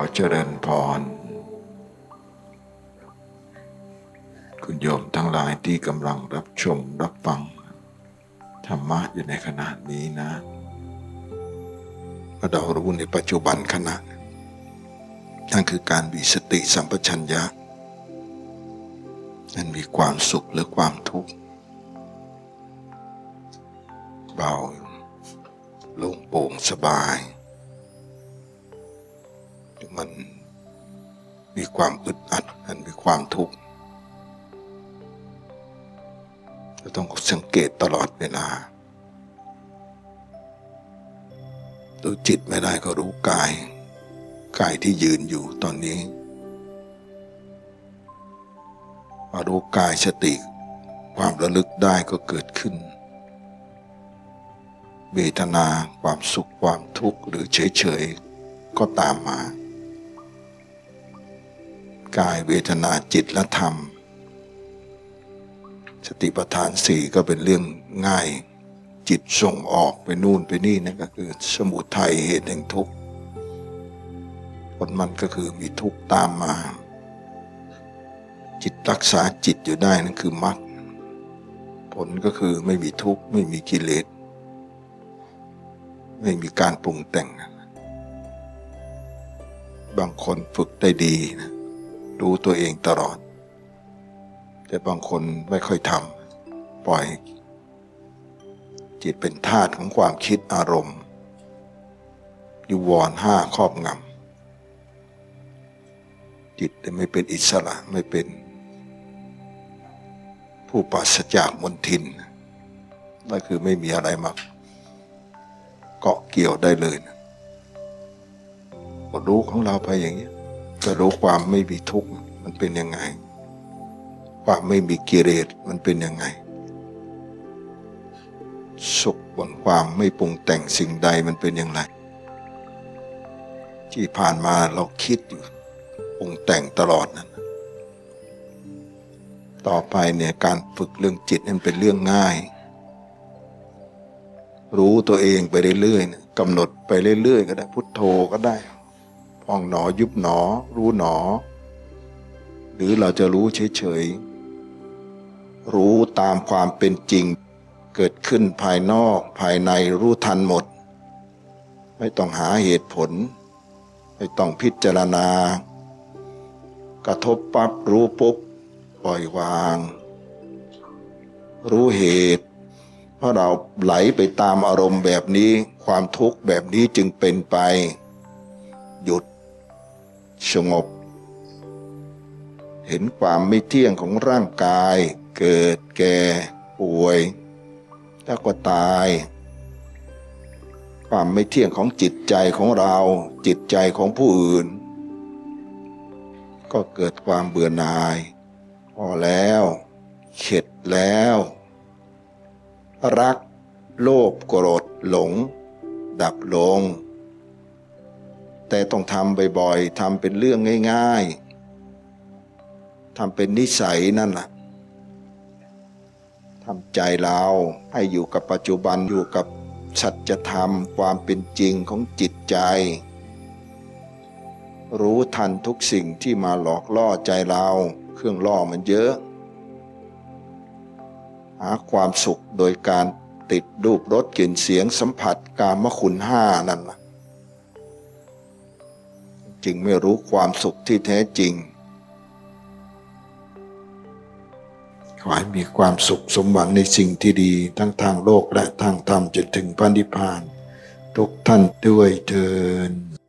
เจริญพรคุณโยมทั้งหลายที่กำลังรับชมรับฟังธรรมะอยู่ในขณะนี้นะเรารู้ในปัจจุบันขณะนั่นคือการมีสติสัมปชัญญะนั่นมีความสุขหรือความทุกข์เบาโล่งโปร่งสบายมันมีความอึดอัดมันมีความทุกข์เราต้องสังเกตตลอดเวลาดูจิตไม่ได้ก็รู้กายที่ยืนอยู่ตอนนี้พอรู้กายสติความระลึกได้ก็เกิดขึ้นเวทนาความสุขความทุกข์หรือเฉยๆก็ตามมากายเวทนาจิตและธรรมสติปัฏฐานสี่ก็เป็นเรื่องง่ายจิตส่งออกไปนู่นไปนี่นั่นก็คือสมุทัยเหตุแห่งทุกข์ผลมันก็คือมีทุกข์ตามมาจิตรักษาจิตอยู่ได้นั่นคือมรรคผลก็คือไม่มีทุกข์ไม่มีกิเลสไม่มีการปรุงแต่งบางคนฝึกได้ดีนะรู้ตัวเองตลอดแต่บางคนไม่ค่อยทำปล่อยจิตเป็นทาสของความคิดอารมณ์นิวรณ์ห้าครอบงำจิตไม่เป็นอิสระไม่เป็นผู้ปราศจากมลทินนั่นคือไม่มีอะไรมาเกาะเกี่ยวได้เลยนะรู้ของเราไปอย่างนี้จะรู้ความไม่มีทุกข์มันเป็นยังไงความไม่มีกิเลสมันเป็นยังไงสุขบนความไม่ปรุงแต่งสิ่งใดมันเป็นอย่างไรที่ผ่านมาเราคิดอยู่ปรุงแต่งตลอดนั้นต่อไปเนี่ยการฝึกเรื่องจิตนั้นเป็นเรื่องง่ายรู้ตัวเองไปเรื่อยๆกำหนดไปเรื่อยๆก็ได้พุทโธก็ได้พองหนอยุบหนอรู้หนอหรือเราจะรู้เฉยๆรู้ตามความเป็นจริงเกิดขึ้นภายนอกภายในรู้ทันหมดไม่ต้องหาเหตุผลไม่ต้องพิจารณากระทบปั๊บรู้ปุ๊บปล่อยวางรู้เหตุเพราะเราไหลไปตามอารมณ์แบบนี้ความทุกข์แบบนี้จึงเป็นไปหยุดสงบเห็นความไม่เที่ยงของร่างกายเกิดแก่ป่วยแล้วก็ตายความไม่เที่ยงของจิตใจของเราจิตใจของผู้อื่นก็เกิดความเบื่อหน่ายพอแล้วเข็ดแล้วรักโลภโกรธหลงดับลงแต่ต้องทำบ่อยๆทำเป็นเรื่องง่ายๆทำเป็นนิสัยนั่นแหละทำใจเราให้อยู่กับปัจจุบันอยู่กับสัจธรรมความเป็นจริงของจิตใจรู้ทันทุกสิ่งที่มาหลอกล่อใจเราเครื่องล่อมันเยอะหาความสุขโดยการติดรูปรสกลิ่นเสียงสัมผัสกามคุณห้านั่นล่ะจึงไม่รู้ความสุขที่แท้จริงขอให้มีความสุขสมหวังในสิ่งที่ดีทั้งทางโลกและทางธรรมจนถึงพระนิพพานทุกท่านด้วยเถิด